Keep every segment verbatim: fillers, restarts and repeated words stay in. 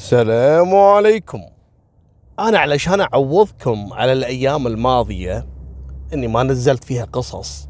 السلام عليكم. أنا علشان أعوضكم على الأيام الماضية إني ما نزلت فيها قصص،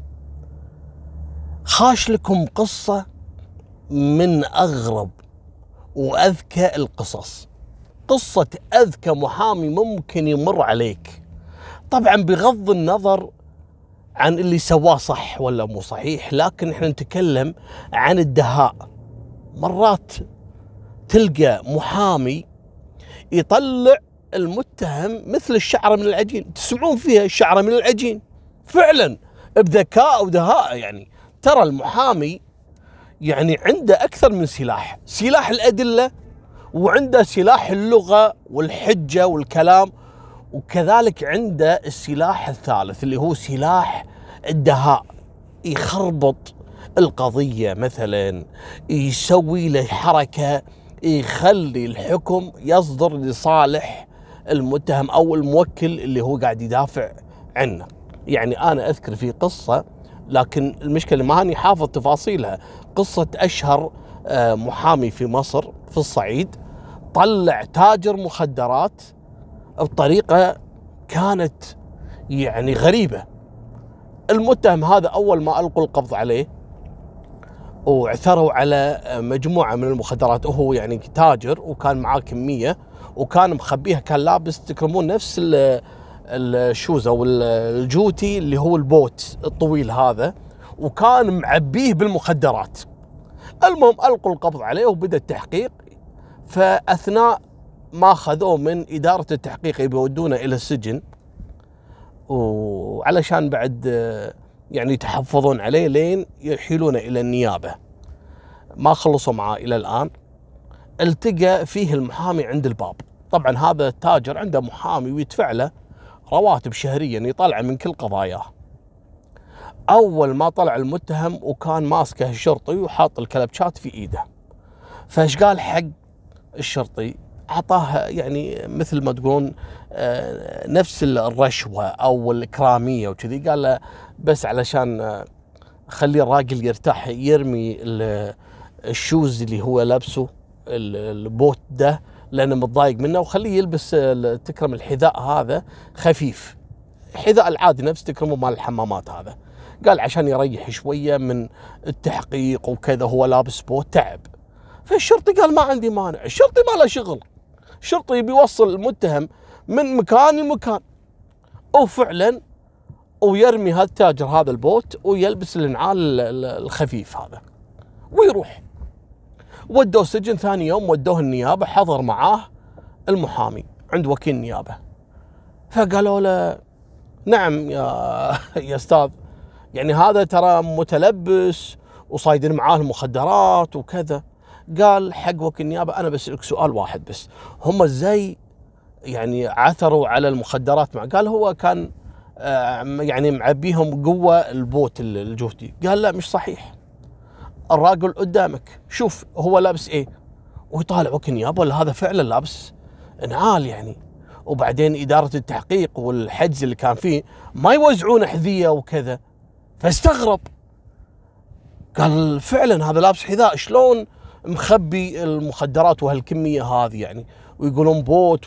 خاش لكم قصة من أغرب وأذكى القصص، قصة أذكى محامي ممكن يمر عليك، طبعا بغض النظر عن اللي سواه صح ولا مو صحيح، لكن احنا نتكلم عن الدهاء. مرات تلقى محامي يطلع المتهم مثل الشعرة من العجين، تسمعون فيها الشعرة من العجين فعلا، بذكاء ودهاء. يعني ترى المحامي يعني عنده أكثر من سلاح، سلاح الأدلة وعنده سلاح اللغة والحجة والكلام، وكذلك عنده السلاح الثالث اللي هو سلاح الدهاء. يخربط القضية مثلا، يسوي له حركة يخلي الحكم يصدر لصالح المتهم أو الموكل اللي هو قاعد يدافع عنه. يعني أنا أذكر في قصة، لكن المشكلة ما هاني حافظ تفاصيلها، قصة أشهر محامي في مصر في الصعيد طلع تاجر مخدرات بطريقة كانت يعني غريبة. المتهم هذا أول ما ألقوا القبض عليه وعثروا على مجموعة من المخدرات، وهو يعني تاجر وكان معاه كمية وكان مخبيها، كان لابس تكرمون نفس الشوز أو الجوتي اللي هو البوت الطويل هذا، وكان معبيه بالمخدرات. المهم ألقوا القبض عليه وبدأ التحقيق، فأثناء ما أخذوه من إدارة التحقيق يودونه إلى السجن، وعلشان بعد يعني يتحفظون عليه لين يحيلونه إلى النيابة. ما خلصوا معاه إلى الآن. التقى فيه المحامي عند الباب، طبعا هذا التاجر عنده محامي ويدفع له رواتب شهريا يطلع من كل قضاياه. أول ما طلع المتهم وكان ماسكه الشرطي وحاط الكلبشات في إيده، فايش قال حق الشرطي؟ أعطاه يعني مثل ما تقولون نفس الرشوة أو الإكرامية وكذي. قال له بس علشان خلي الراجل يرتاح يرمي الشوز اللي هو لابسه البوت ده لأنه متضايق منه، وخليه يلبس تكرم الحذاء هذا خفيف، حذاء العادي نفس تكرمه مال الحمامات هذا. قال عشان يريح شوية من التحقيق وكذا، هو لابس بوت تعب. فالشرطي قال ما عندي مانع، الشرطي ما له شغل، الشرطي يبي يوصل المتهم من مكان لمكان. وفعلا ويرمي هذا التاجر هذا البوت ويلبس النعال الخفيف هذا ويروح. ودوه سجن. ثاني يوم ودوه النيابة، حضر معاه المحامي عند وكيل النيابة، فقالوا له نعم يا يا استاذ، يعني هذا ترى متلبس وصايدين معاه المخدرات وكذا. قال حق وكيل النيابة أنا بسألك سؤال واحد بس، هم ازاي يعني عثروا على المخدرات معه؟ قال هو كان يعني معبيهم قوة البوت الجوتي. قال لا مش صحيح، الراجل قدامك شوف هو لابس ايه، ويطالع وكيل النيابة ولا هذا فعلا لابس نعال يعني. وبعدين إدارة التحقيق والحجز اللي كان فيه ما يوزعون أحذية وكذا، فاستغرب. قال فعلا هذا لابس حذاء، شلون مخبي المخدرات وهالكمية هذه يعني؟ ويقولون بوت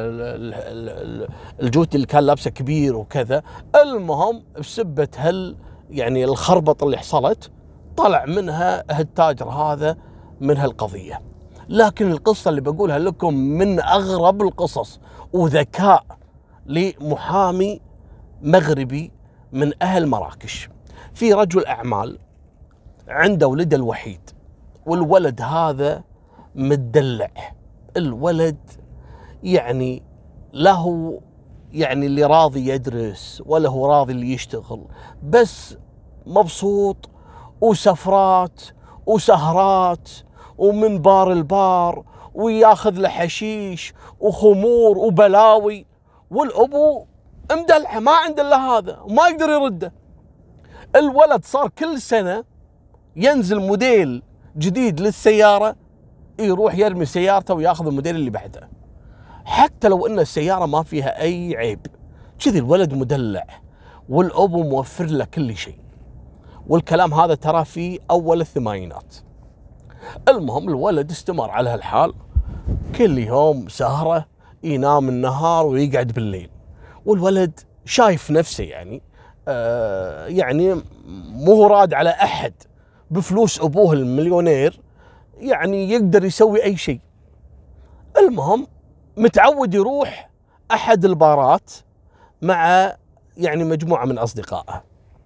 والجوتي اللي كان لابسه كبير وكذا. المهم بسبة هال يعني الخربط اللي حصلت طلع منها التاجر هذا من هالقضية. لكن القصة اللي بقولها لكم من أغرب القصص وذكاء لمحامي مغربي من أهل مراكش. في رجل أعمال عنده ولده الوحيد، والولد هذا متدلع. الولد يعني له يعني اللي راضي يدرس ولا هو راضي اللي يشتغل، بس مبسوط وسفرات وسهرات ومن بار البار، وياخذ له حشيش وخمور وبلاوي، والأبو مدلعه ما عنده الا هذا وما يقدر يرده. الولد صار كل سنة ينزل موديل جديد للسيارة، يروح يرمي سيارته وياخذ الموديل اللي بعده، حتى لو ان السيارة ما فيها اي عيب. كذي الولد مدلع والأبو موفر له كل شيء. والكلام هذا ترى في اول الثمانينات. المهم الولد استمر على هالحال كل يوم سهرة، ينام النهار ويقعد بالليل، والولد شايف نفسه يعني آه يعني مو راد على أحد، بفلوس أبوه المليونير يعني يقدر يسوي أي شيء. المهم متعود يروح أحد البارات مع يعني مجموعة من أصدقائه.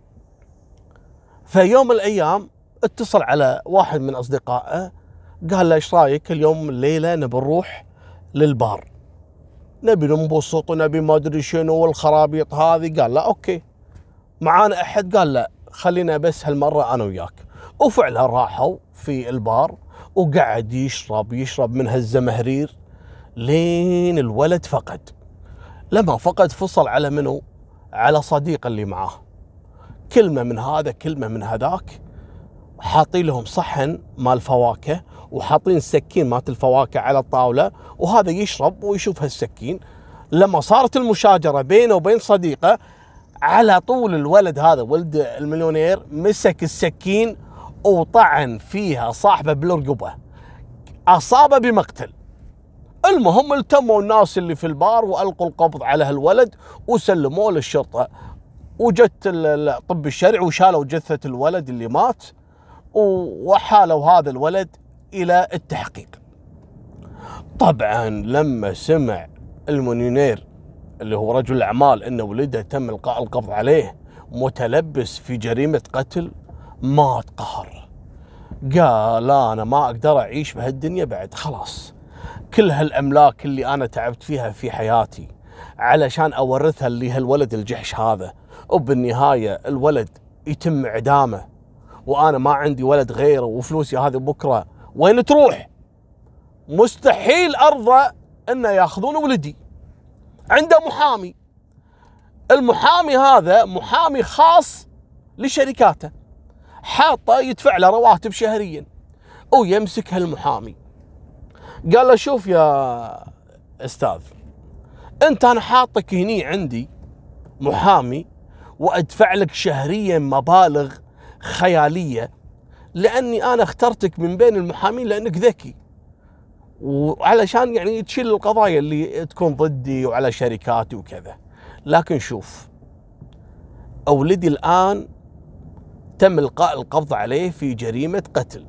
فيوم من الأيام اتصل على واحد من أصدقائه قال له ايش رايك اليوم الليلة نبي نروح للبار، نبي ننبسط ونبي ما ادري شنو والخرابيط هذه. قال لا اوكي، معانا احد؟ قال لا خلينا بس هالمرة انا وياك. وفعلا راحوا في البار وقعد يشرب يشرب من هالزمهرير لين الولد فقد. لما فقد فصل على منو؟ على صديق اللي معاه، كلمة من هذا كلمة من هذاك، حاطين لهم صحن مال فواكه وحاطين سكين مالت الفواكه على الطاولة، وهذا يشرب ويشوف هالسكين. لما صارت المشاجرة بينه وبين صديقه، على طول الولد هذا ولد المليونير مسك السكين وطعن فيها صاحبه بالرقبة، أصابه بمقتل. المهم التموا الناس اللي في البار وألقوا القبض على هالولد وسلموه للشرطة، وجت الطب الشرعي وشالوا جثة الولد اللي مات وحالوا هذا الولد إلى التحقيق. طبعا لما سمع المليونير اللي هو رجل الأعمال أن ولده تم إلقاء القبض عليه متلبس في جريمة قتل، مات قهر. قال لا أنا ما أقدر أعيش بهالدنيا بعد، خلاص كل هالأملاك اللي أنا تعبت فيها في حياتي علشان أورثها اللي هالولد الجحش هذا، وبالنهاية الولد يتم إعدامه وأنا ما عندي ولد غيره، وفلوسي هذه بكرة وين تروح؟ مستحيل أرضى أن يأخذون ولدي. عنده محامي، المحامي هذا محامي خاص لشركاته، حاطه يدفع له رواتب شهريا، ويمسك هالمحامي. قال له شوف يا أستاذ، أنت أنا حاطك هني عندي محامي وأدفع لك شهريا مبالغ خيالية، لأني أنا اخترتك من بين المحامين لأنك ذكي، وعلشان يعني تشيل القضايا اللي تكون ضدي وعلى شركاتي وكذا. لكن شوف، أولدي الآن تم إلقاء القبض عليه في جريمة قتل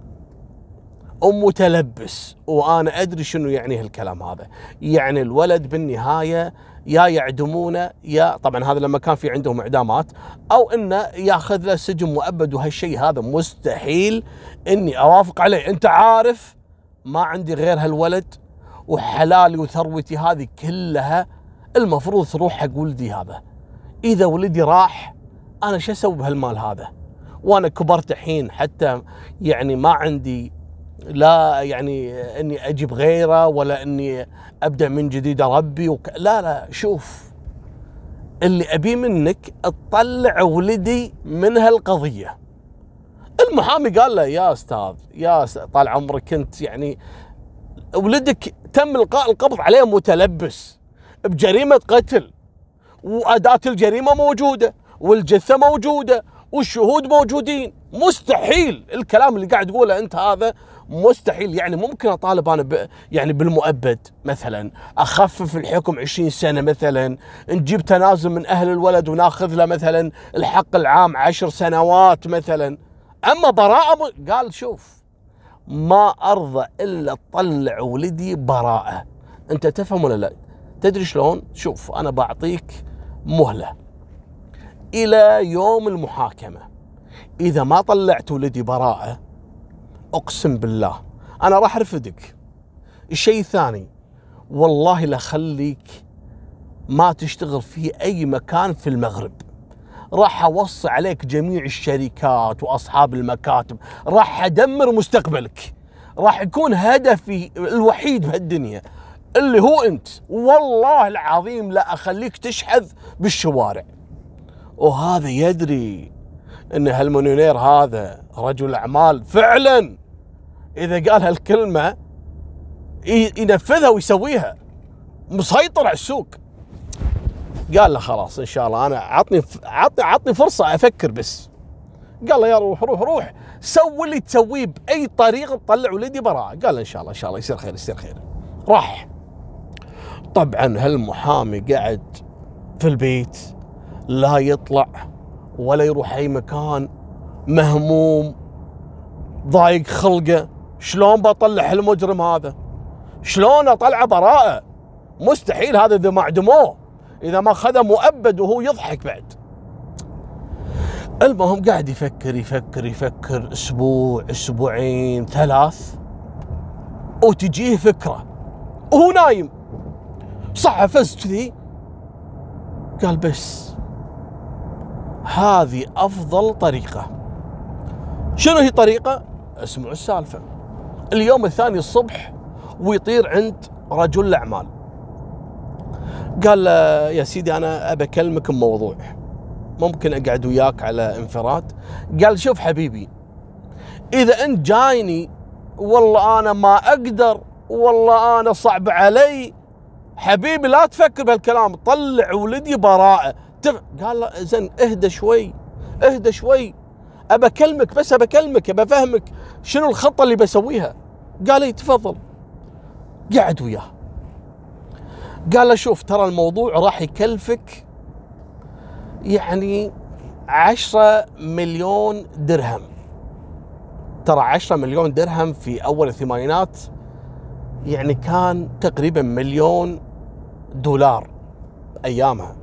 ومتلبس، وأنا أدري شنو يعني هالكلام هذا. يعني الولد بالنهاية يا يعدمونه، يا طبعا هذا لما كان في عندهم إعدامات، أو إنه ياخذ له سجن مؤبد، وهالشيء هذا مستحيل إني أوافق عليه. أنت عارف ما عندي غير هالولد، وحلالي وثروتي هذه كلها المفروض تروح حق ولدي هذا. إذا ولدي راح أنا شو أسوي بهالمال هذا؟ وأنا كبرت الحين حتى يعني ما عندي لا يعني اني اجيب غيره ولا اني ابدا من جديد اربي وك... لا لا شوف، اللي ابيه منك تطلع ولدي من هالقضيه. المحامي قال له يا استاذ يا س... طال عمرك انت يعني ولدك تم القاء القبض عليه متلبس بجريمه قتل، واداه الجريمه موجوده والجثه موجوده والشهود موجودين، مستحيل الكلام اللي قاعد تقوله انت هذا مستحيل. يعني ممكن اطالب انا ب... يعني بالمؤبد مثلا، اخفف الحكم عشرين سنه مثلا، نجيب تنازل من اهل الولد وناخذ له مثلا الحق العام عشر سنوات مثلا. اما براءه م... قال شوف، ما ارضى الا تطلع ولدي براءه. انت تفهم ولا لا؟ تدري شلون؟ شوف انا بعطيك مهله الى يوم المحاكمه، اذا ما طلعت ولدي براءه اقسم بالله انا راح ارفدك. الشيء الثاني والله لا خليك ما تشتغل في اي مكان في المغرب، راح اوصي عليك جميع الشركات واصحاب المكاتب، راح ادمر مستقبلك، راح يكون هدفي الوحيد بهالدنيا اللي هو انت. والله العظيم لا اخليك تشحذ بالشوارع. وهذا يدري ان هالمليونير هذا رجل اعمال فعلا، اذا قال هالكلمه ينفذها ويسويها، مسيطر على السوق. قال له خلاص ان شاء الله انا عطني عطني عطني فرصه افكر بس. قال له يا روح روح روح سوي اللي تسويه باي طريقه تطلع ولدي براءه. قال له ان شاء الله ان شاء الله يصير خير يصير خير. راح. طبعا هالمحامي قعد في البيت، لا يطلع ولا يروح اي مكان، مهموم ضايق خلقه. شلون بطلع المجرم هذا؟ شلون اطلعه براءة؟ مستحيل، هذا اذا ما عدموه، اذا ما خذه مؤبد وهو يضحك بعد. المهم قاعد يفكر يفكر يفكر اسبوع اسبوعين ثلاث، وتجيه فكرة وهو نايم، صح فز كذي، قال بس هذه افضل طريقة. شنو هي طريقة؟ اسمعوا السالفة. اليوم الثاني الصبح ويطير عند رجل الاعمال، قال له يا سيدي انا ابى اكلمك بموضوع، ممكن اقعد وياك على انفراد؟ قال شوف حبيبي، اذا انت جايني والله انا ما اقدر، والله انا صعب علي، حبيبي لا تفكر بهالكلام، طلع ولدي براءة. قال له زين اهدى شوي اهدى شوي، ابى اكلمك، بس ابى اكلمك، ابى افهمك شنو الخطة اللي بسويها. قال لي تفضل. قعد وياه، قال له شوف ترى الموضوع راح يكلفك يعني عشرة مليون درهم. ترى عشرة مليون درهم في اول الثمانينات يعني كان تقريبا مليون دولار ايامها،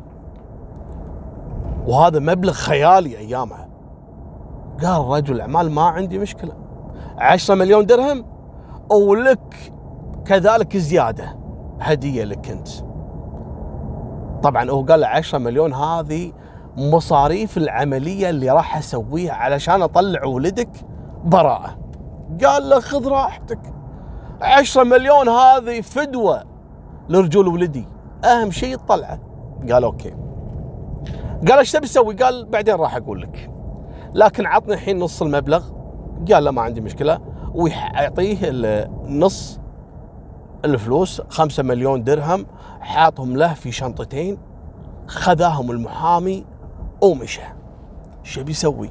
وهذا مبلغ خيالي ايامها. قال رجل الاعمال ما عندي مشكله، عشرة مليون درهم ولك كذلك زياده هديه لك انت. طبعا هو قال له عشرة مليون هذه مصاريف العمليه اللي راح اسويها علشان اطلع ولدك براءه. قال له خذ راحتك، عشرة مليون هذه فدوه لرجول ولدي، اهم شيء تطلعه. قال اوكي. قال ايش تبي تسوي؟ قال بعدين راح اقول لك، لكن عطني الحين نص المبلغ. قال لا ما عندي مشكله، ويعطيه نص الفلوس، خمسة مليون درهم، حاطهم له في شنطتين، خذاهم المحامي ومشى. شو بيسوي؟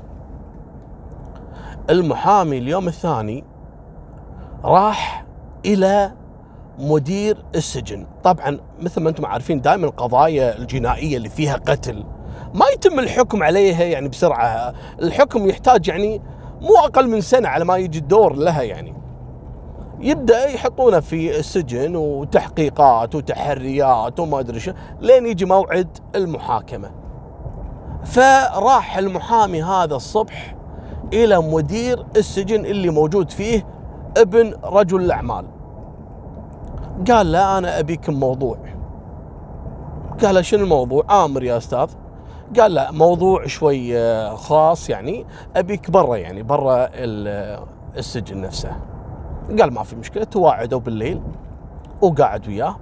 المحامي اليوم الثاني راح الى مدير السجن. طبعا مثل ما انتم عارفين دائما القضايا الجنائيه اللي فيها قتل ما يتم الحكم عليها يعني بسرعه، الحكم يحتاج يعني مو اقل من سنه على ما يجي الدور لها، يعني يبدا يحطونه في السجن وتحقيقات وتحريات وما ادري شو لين يجي موعد المحاكمه. فراح المحامي هذا الصبح الى مدير السجن اللي موجود فيه ابن رجل الاعمال. قال له انا ابيك موضوع. قال له شنو الموضوع؟ امر يا استاذ. قال له موضوع شوي خاص، يعني ابيك برا، يعني برا السجن نفسه. قال ما في مشكله. تواعدوا بالليل وقعد وياه.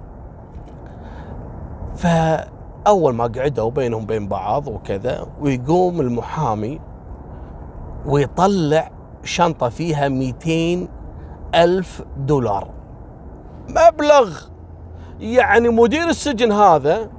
فاول ما قعدوا بينهم بين بعض وكذا، ويقوم المحامي ويطلع شنطه فيها مئتين ألف دولار، مبلغ يعني مدير السجن هذا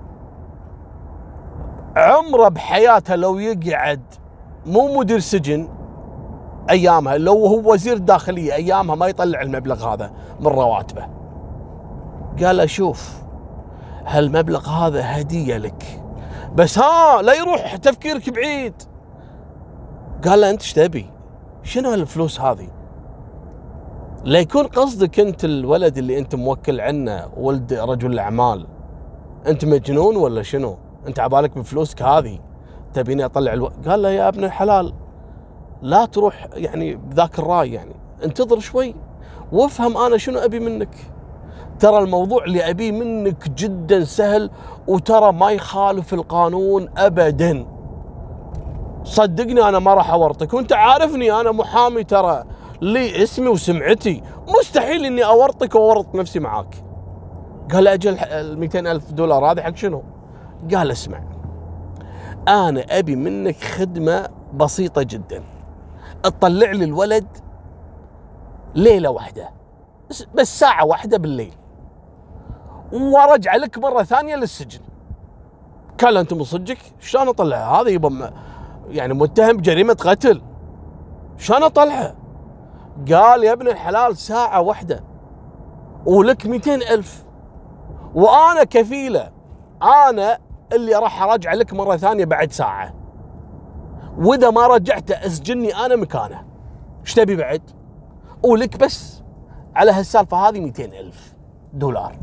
عمره بحياته لو يقعد مو مدير سجن ايامها، لو هو وزير الداخليه ايامها ما يطلع المبلغ هذا من رواتبه. قال له شوف هالمبلغ هذا هديه لك، بس ها لا يروح تفكيرك بعيد. قال له انت ايش تبي؟ شنو هالفلوس هذه؟ لا يكون قصدك انت الولد اللي انت موكل عنه ولد رجل الاعمال، انت مجنون ولا شنو؟ انت عبالك بفلوسك هذه تبيني اطلع الو... قال له يا ابن الحلال لا تروح يعني بذاك الراي، يعني انتظر شوي وافهم انا شنو ابي منك. ترى الموضوع اللي ابيه منك جدا سهل، وترى ما يخالف القانون ابدا. صدقني انا ما راح اورطك، وانت عارفني انا محامي، ترى لي اسمي وسمعتي، مستحيل اني اورطك واورط نفسي معاك. قال اجل ال مئتين ألف دولار هذه حق شنو؟ قال اسمع انا ابي منك خدمه بسيطه جدا، تطلع لي الولد ليله واحده بس، ساعه واحده بالليل، وارجع لك مره ثانيه للسجن. قال انت من صدقك؟ شلون اطلعها؟ هذا يبا يعني متهم بجريمه قتل، شلون اطلعها؟ قال يا ابن الحلال ساعه واحده ولك مئتين ألف، وأنا كفيلة، أنا اللي راح أراجع لك مرة ثانية بعد ساعة، وإذا ما رجعته أسجني أنا مكانه. إيش تبي بعد؟ ولك بس على هالسالفة هذه مئتين ألف دولار.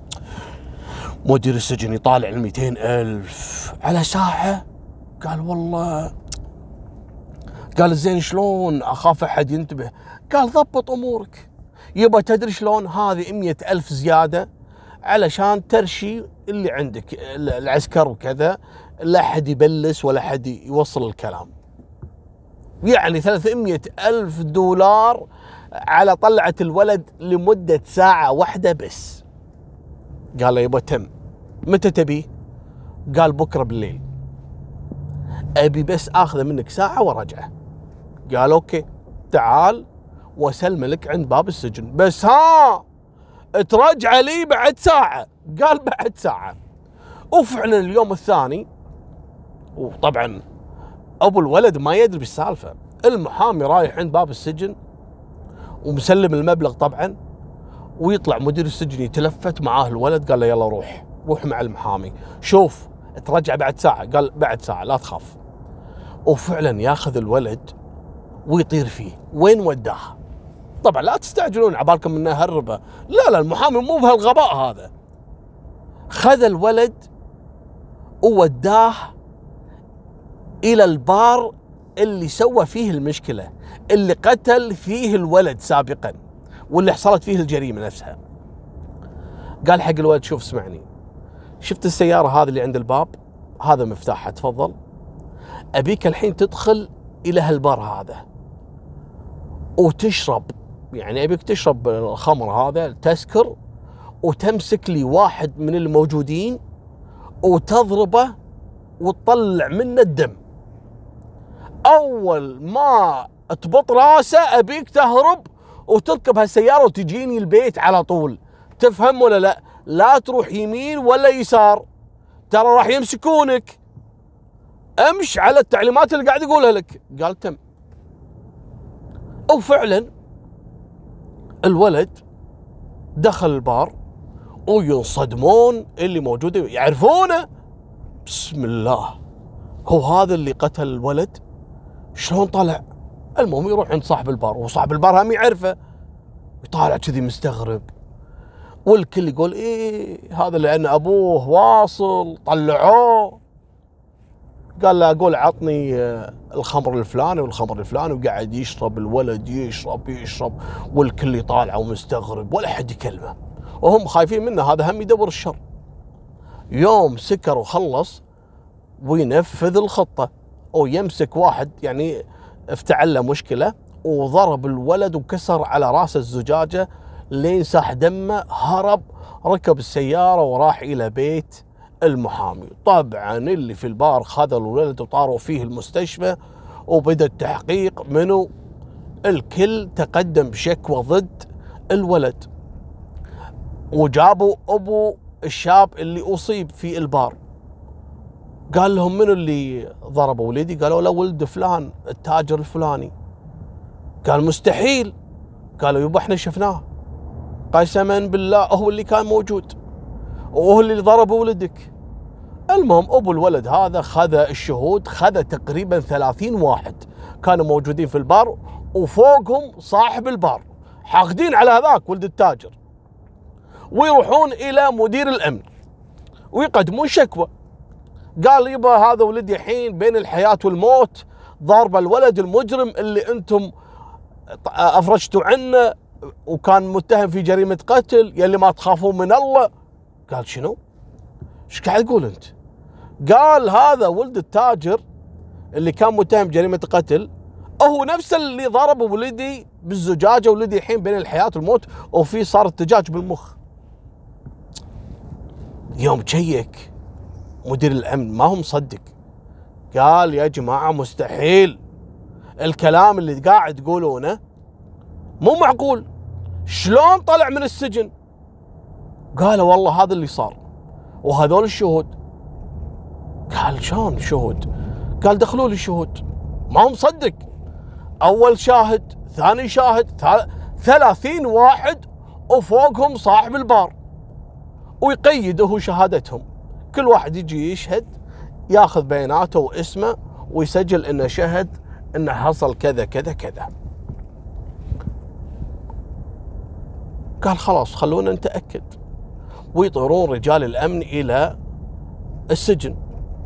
مدير السجن يطالع ال مئتين ألف على ساعة. قال والله، قال زين شلون أخاف أحد ينتبه؟ قال ضبط أمورك، يبا تدري شلون؟ هذه مئة ألف زيادة علشان ترشي اللي عندك العسكر وكذا، لا أحد يبلس ولا أحد يوصل الكلام. يعني ثلاثمئة ألف دولار على طلعة الولد لمدة ساعة واحدة بس. قال له يبا تم، متى تبي؟ قال بكرة بالليل، أبي بس آخذه منك ساعة وارجعه. قال أوكي، تعال واسلم لك عند باب السجن، بس ها ترجع لي بعد ساعة. قال بعد ساعة. وفعلا اليوم الثاني، وطبعا أبو الولد ما يدري بالسالفة، المحامي رايح عند باب السجن ومسلم المبلغ طبعا، ويطلع مدير السجن يتلفت معاه الولد، قال له يلا روح روح مع المحامي، شوف ترجع بعد ساعة. قال بعد ساعة لا تخاف. وفعلا ياخذ الولد ويطير فيه. وين وداه؟ طبعا لا تستعجلون عبالكم انه هربه، لا لا، المحامي مو بهالغباء هذا. خذ الولد ووداه الى البار اللي سوى فيه المشكلة، اللي قتل فيه الولد سابقا، واللي حصلت فيه الجريمة نفسها. قال حق الولد شوف اسمعني، شفت السيارة هذه اللي عند الباب؟ هذا مفتاحها، تفضل. أبيك الحين تدخل إلى هالبار هذا وتشرب، يعني أبيك تشرب الخمر هذا تسكر، وتمسك لي واحد من الموجودين وتضربه وتطلع منه الدم. أول ما تبط راسه أبيك تهرب وتركب هالسيارة وتجيني البيت على طول. تفهم ولا لا؟ لا تروح يمين ولا يسار، ترى راح يمسكونك. امش على التعليمات اللي قاعد يقولها لك. قال تم. وفعلا الولد دخل البار وينصدمون اللي موجودين، يعرفونه. بسم الله، هو هذا اللي قتل الولد؟ شلون طلع؟ المهم يروح عند صاحب البار، وصاحب البار هم يعرفه، يطالع كذي مستغرب، والكل يقول ايه هذا لان ابوه واصل طلعوه. قال له اقول عطني الخمر الفلاني والخمر الفلاني، وقاعد يشرب الولد، يشرب يشرب، والكل يطالعه ومستغرب ولا حد يكلمه، وهم خايفين منه، هذا هم يدور الشر. يوم سكر وخلص وينفذ الخطة، ويمسك واحد يعني افتعل له مشكلة، وضرب الولد وكسر على راسه الزجاجة لين ساح دمه، هرب، ركب السيارة وراح إلى بيت المحامي. طبعا اللي في البار خذوا الولد وطاروا فيه المستشفى، وبدأ التحقيق. منو؟ الكل تقدم بشكوى ضد الولد، وجابوا أبو الشاب اللي أصيب في البار. قال لهم منو اللي ضرب ولدي؟ قالوا له ولد فلان التاجر الفلاني. قال مستحيل. قالوا يبا احنا شفناه، قسما بالله هو اللي كان موجود وهو اللي ضرب ولدك. المهم ابو الولد هذا خذ الشهود، خذ تقريبا ثلاثين واحد كانوا موجودين في البار، وفوقهم صاحب البار، حاقدين على هذاك ولد التاجر، ويروحون الى مدير الامن ويقدمون شكوى. قال يبا هذا ولدي الحين بين الحياة والموت، ضارب الولد المجرم اللي انتم افرجتوا عنه، وكان متهم في جريمة قتل، يلي ما تخافون من الله. قال شنو؟ ايش قاعد تقول انت؟ قال هذا ولد التاجر اللي كان متهم بجريمة قتل هو نفس اللي ضرب ولدي بالزجاجة، ولدي الحين بين الحياة والموت وفي صار ارتجاج بالمخ. يوم تشيك مدير الامن ما هو مصدق، قال يا جماعة مستحيل، الكلام اللي قاعد تقولونه مو معقول، شلون طلع من السجن؟ قالوا والله هذا اللي صار وهذول الشهود. قال شلون شهود؟ قال دخلوا لي الشهود. ما هو مصدق، اول شاهد، ثاني شاهد، ثلاثين واحد، وفوقهم صاحب البار، ويقيد هو شهادتهم. كل واحد يجي يشهد ياخذ بياناته واسمه ويسجل انه شهد انه حصل كذا كذا كذا. قال خلاص خلونا نتأكد، ويطيرون رجال الأمن إلى السجن.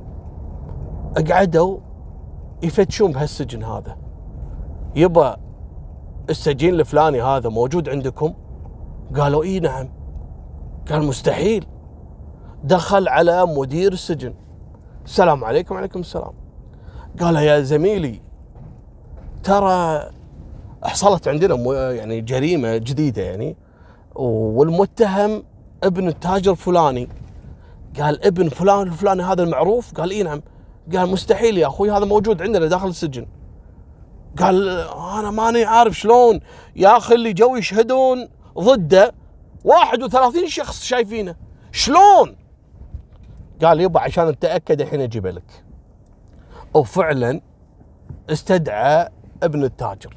قعدوا يفتشون بهالسجن هذا، يبا السجين الفلاني هذا موجود عندكم؟ قالوا اي نعم. قال مستحيل. دخل على مدير السجن، السلام عليكم. وعليكم السلام. قال يا زميلي ترى حصلت عندنا يعني جريمة جديدة يعني، والمتهم ابن التاجر فلاني. قال ابن فلان الفلاني هذا المعروف؟ قال اي نعم. قال مستحيل يا اخوي، هذا موجود عندنا داخل السجن. قال انا ماني عارف شلون يا اخي اللي جو يشهدون ضده واحد وثلاثين شخص شايفينه، شلون؟ قال يبا عشان نتاكد الحين اجيب لك. وفعلا استدعى ابن التاجر.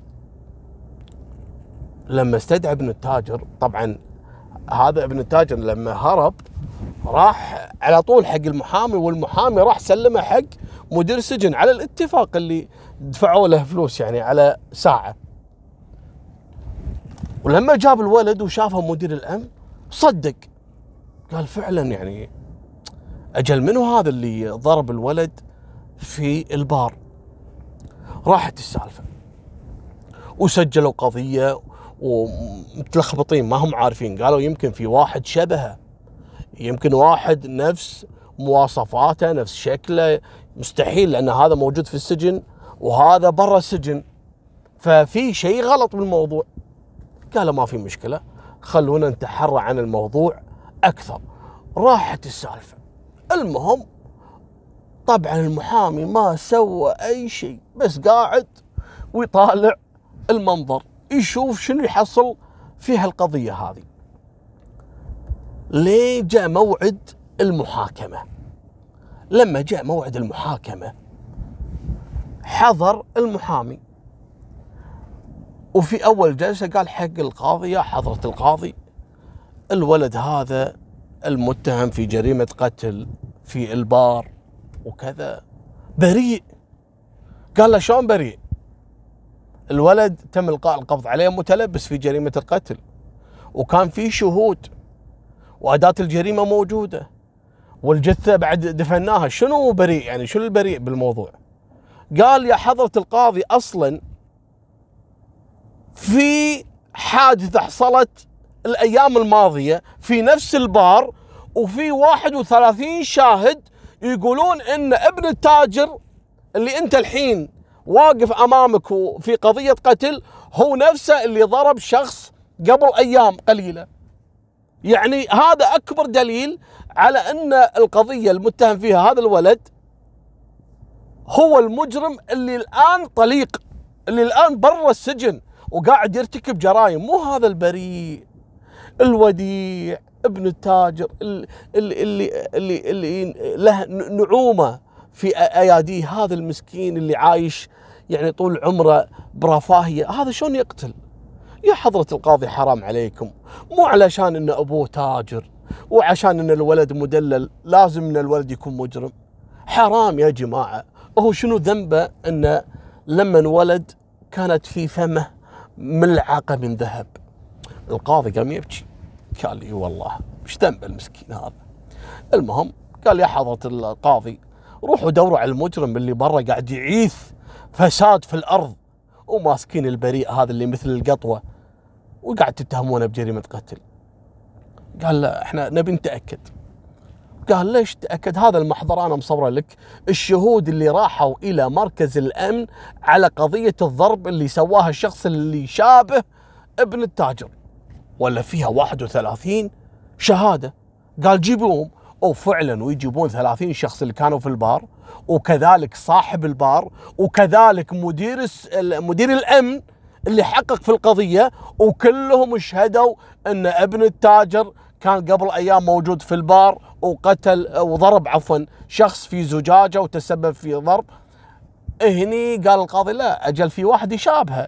لما استدعى ابن التاجر، طبعا هذا ابن التاجر لما هرب راح على طول حق المحامي، والمحامي راح سلمه حق مدير السجن على الاتفاق اللي دفعوا له فلوس يعني على ساعة. ولما جاب الولد وشافه مدير الأمن صدق، قال فعلا يعني أجل منو هذا اللي ضرب الولد في البار. راحت السالفة وسجلوا قضية ومتلخبطين ما هم عارفين. قالوا يمكن في واحد شبهه، يمكن واحد نفس مواصفاته نفس شكله، مستحيل لأن هذا موجود في السجن وهذا برا السجن، ففي شيء غلط بالموضوع. قالوا ما في مشكلة، خلونا نتحرى عن الموضوع أكثر. راحت السالفة. المهم طبعا المحامي ما سوى أي شيء، بس قاعد ويطالع المنظر يشوف شنو يحصل في هالقضية هذه. ليه جاء موعد المحاكمة. لما جاء موعد المحاكمة حضر المحامي، وفي أول جلسة قال حق القاضي يا حضرة القاضي الولد هذا المتهم في جريمة قتل في البار وكذا بريء. قال له شلون بريء؟ الولد تم إلقاء القبض عليه متلبس في جريمة القتل، وكان في شهود، وأداة الجريمة موجودة، والجثة بعد دفناها. شنو بريء يعني؟ شنو البريء بالموضوع؟ قال يا حضرة القاضي أصلا في حادثة حصلت الأيام الماضية في نفس البار، وفي واحد وثلاثين شاهد يقولون إن ابن التاجر اللي أنت الحين واقف أمامك في قضية قتل هو نفسه اللي ضرب شخص قبل أيام قليلة. يعني هذا أكبر دليل على أن القضية المتهم فيها هذا الولد هو المجرم اللي الآن طليق، اللي الآن برا السجن وقاعد يرتكب جرائم، مو هذا البريء الوديع ابن التاجر اللي اللي اللي, اللي له نعومة في أياديه. هذا المسكين اللي عايش يعني طول عمره برفاهية، هذا شلون يقتل؟ يا حضرة القاضي حرام عليكم، مو علشان ان ابوه تاجر وعشان ان الولد مدلل لازم ان الولد يكون مجرم. حرام يا جماعة. هو شنو ذنبه ان لما انولد كانت في فمه ملعقة من ذهب؟ القاضي قام يبكي، قال لي والله مش ذنب المسكين هذا. المهم قال يا حضرة القاضي روحوا دوروا على المجرم اللي برا قاعد يعيث فساد في الأرض وماسكين البريء هذا اللي مثل القطوة وقاعد تتهمونه بجريمة قتل. قال لا احنا نبي نتأكد. قال ليش تأكد؟ هذا المحضر أنا مصوره لك الشهود اللي راحوا إلى مركز الأمن على قضية الضرب اللي سواها الشخص اللي شابه ابن التاجر، ولا فيها واحد وثلاثين شهادة. قال جيبوهم. وفعلا ويجيبون ثلاثين شخص اللي كانوا في البار، وكذلك صاحب البار، وكذلك مدير مدير الأمن اللي حقق في القضية، وكلهم شهدوا أن ابن التاجر كان قبل أيام موجود في البار وقتل وضرب عفوا شخص في زجاجة وتسبب في ضرب. هني قال القاضي لا أجل في واحد يشابهه،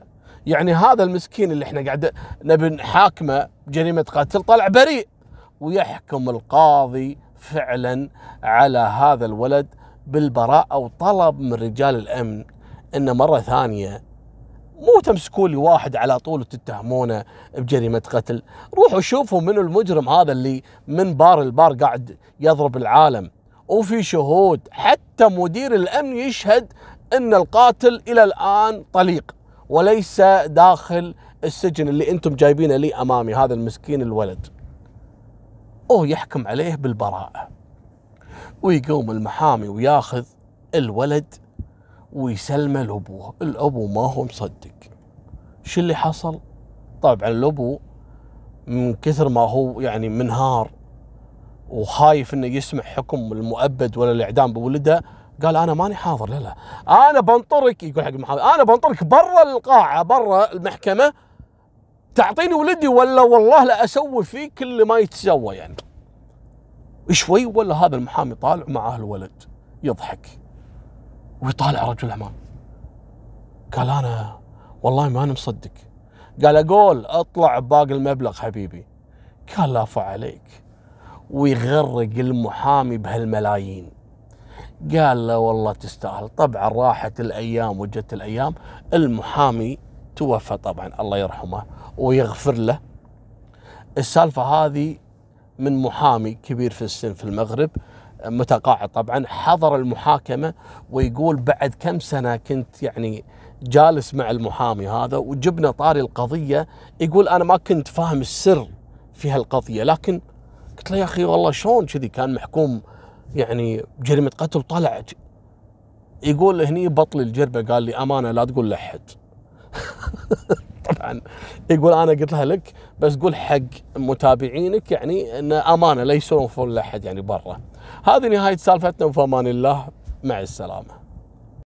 يعني هذا المسكين اللي احنا قاعد نبي نحاكمه بجريمه قتل طلع بريء، ويحكم القاضي فعلا على هذا الولد بالبراءه، وطلب من رجال الامن انه مره ثانيه مو تمسكوا لي واحد على طول وتتهمونه بجريمه قتل، روحوا شوفوا منو المجرم هذا اللي من بار البار قاعد يضرب العالم، وفي شهود، حتى مدير الامن يشهد ان القاتل الى الان طليق وليس داخل السجن اللي انتم جايبينه لي امامي، هذا المسكين الولد. اوه يحكم عليه بالبراءة، ويقوم المحامي وياخذ الولد ويسلمه لابوه. الابو ما هو مصدق. شو اللي حصل؟ طبعا الابو من كثر ما هو يعني منهار وخايف انه يسمع حكم المؤبد ولا الاعدام بولده، قال انا ماني حاضر، لا لا انا بنطرك، يقول حق المحامي انا بنطرك برا القاعه برا المحكمه، تعطيني ولدي ولا والله لا اسوي فيك كل ما يتسوى. يعني شوي ولا هذا المحامي طالع معاه الولد يضحك ويطالع رجل الاعمال، قال انا والله ما انا مصدق. قال اقول اطلع باقي المبلغ حبيبي. قال لا عفو عليك، ويغرق المحامي بهالملايين. قال له والله تستاهل. طبعا راحت الايام وجت الايام، المحامي توفى طبعا الله يرحمه ويغفر له. السالفه هذه من محامي كبير في السن في المغرب متقاعد طبعا، حضر المحاكمه ويقول بعد كم سنه كنت يعني جالس مع المحامي هذا وجبنا طاري القضيه، يقول انا ما كنت فاهم السر في هالقضيه، لكن قلت له يا اخي والله شلون كذي كان محكوم يعني بجريمه قتل طلع. يقول هني بطل الجربه قال لي امانه لا تقول لحد. طبعا يقول انا قلت لها لك بس قول حق متابعينك يعني ان امانه لا يسولفون لحد يعني برا. هذه نهايه سالفتنا، وفي امان الله، مع السلامه.